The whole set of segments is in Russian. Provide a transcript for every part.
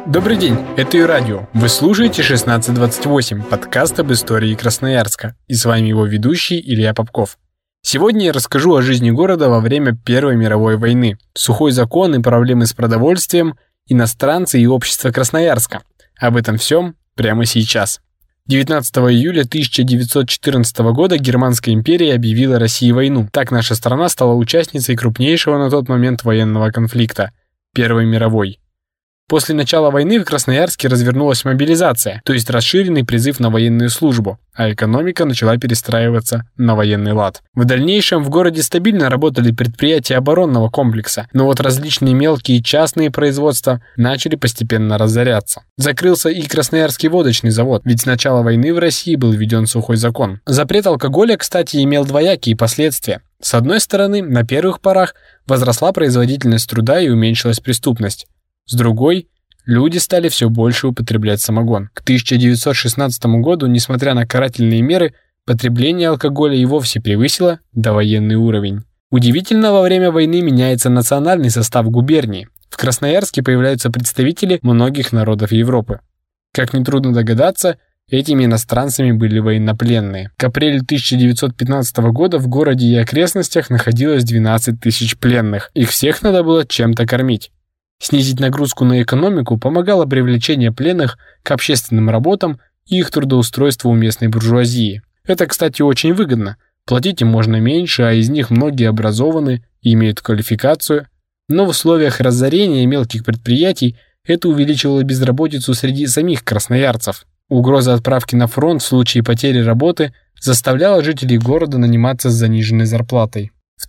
Добрый день, это Юрадио. Вы слушаете 1628, подкаст об истории Красноярска. И с вами его ведущий Илья Попков. Сегодня я расскажу о жизни города во время Первой мировой войны, сухой закон и проблемы с продовольствием, иностранцы и общество Красноярска. Об этом всем прямо сейчас. 19 июля 1914 года Германская империя объявила России войну. Так наша страна стала участницей крупнейшего на тот момент военного конфликта – Первой мировой. После начала войны в Красноярске развернулась мобилизация, то есть расширенный призыв на военную службу, а экономика начала перестраиваться на военный лад. В дальнейшем в городе стабильно работали предприятия оборонного комплекса, но вот различные мелкие частные производства начали постепенно разоряться. Закрылся и Красноярский водочный завод, ведь с начала войны в России был введен сухой закон. Запрет алкоголя, кстати, имел двоякие последствия. С одной стороны, на первых порах возросла производительность труда и уменьшилась преступность. С другой, люди стали все больше употреблять самогон. К 1916 году, несмотря на карательные меры, потребление алкоголя и вовсе превысило довоенный уровень. Удивительно, во время войны меняется национальный состав губернии. В Красноярске появляются представители многих народов Европы. Как нетрудно догадаться, этими иностранцами были военнопленные. К апрелю 1915 года в городе и окрестностях находилось 12 тысяч пленных. Их всех надо было чем-то кормить. Снизить нагрузку на экономику помогало привлечение пленных к общественным работам и их трудоустройству у местной буржуазии. Это, кстати, очень выгодно. Платить им можно меньше, а из них многие образованы и имеют квалификацию. Но в условиях разорения мелких предприятий это увеличивало безработицу среди самих красноярцев. Угроза отправки на фронт в случае потери работы заставляла жителей города наниматься с заниженной зарплатой. В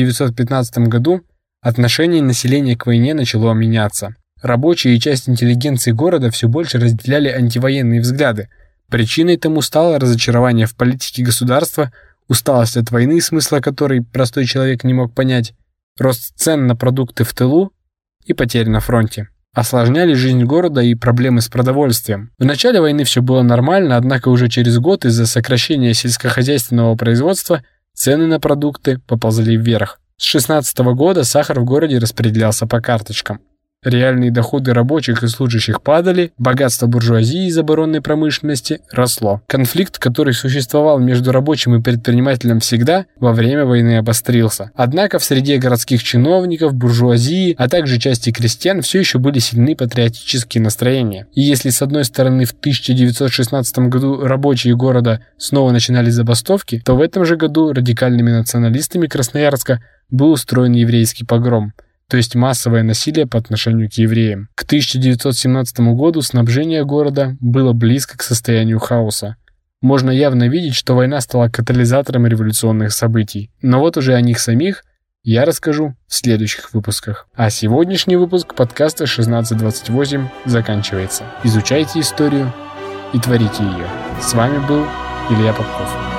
1915 году отношение населения к войне начало меняться. Рабочие и часть интеллигенции города все больше разделяли антивоенные взгляды. Причиной тому стало разочарование в политике государства, усталость от войны, смысла которой простой человек не мог понять, рост цен на продукты в тылу и потери на фронте. Осложняли жизнь города и проблемы с продовольствием. В начале войны все было нормально, однако уже через год из-за сокращения сельскохозяйственного производства цены на продукты поползли вверх. С 2016 года сахар в городе распределялся по карточкам. Реальные доходы рабочих и служащих падали, богатство буржуазии из оборонной промышленности росло. Конфликт, который существовал между рабочим и предпринимателем всегда, во время войны обострился. Однако в среде городских чиновников, буржуазии, а также части крестьян все еще были сильны патриотические настроения. И если с одной стороны в 1916 году рабочие города снова начинали забастовки, то в этом же году радикальными националистами Красноярска был устроен еврейский погром, то есть массовое насилие по отношению к евреям. К 1917 году снабжение города было близко к состоянию хаоса. Можно явно видеть, что война стала катализатором революционных событий. Но вот уже о них самих я расскажу в следующих выпусках. А сегодняшний выпуск подкаста 1628 заканчивается. Изучайте историю и творите ее. С вами был Илья Попков.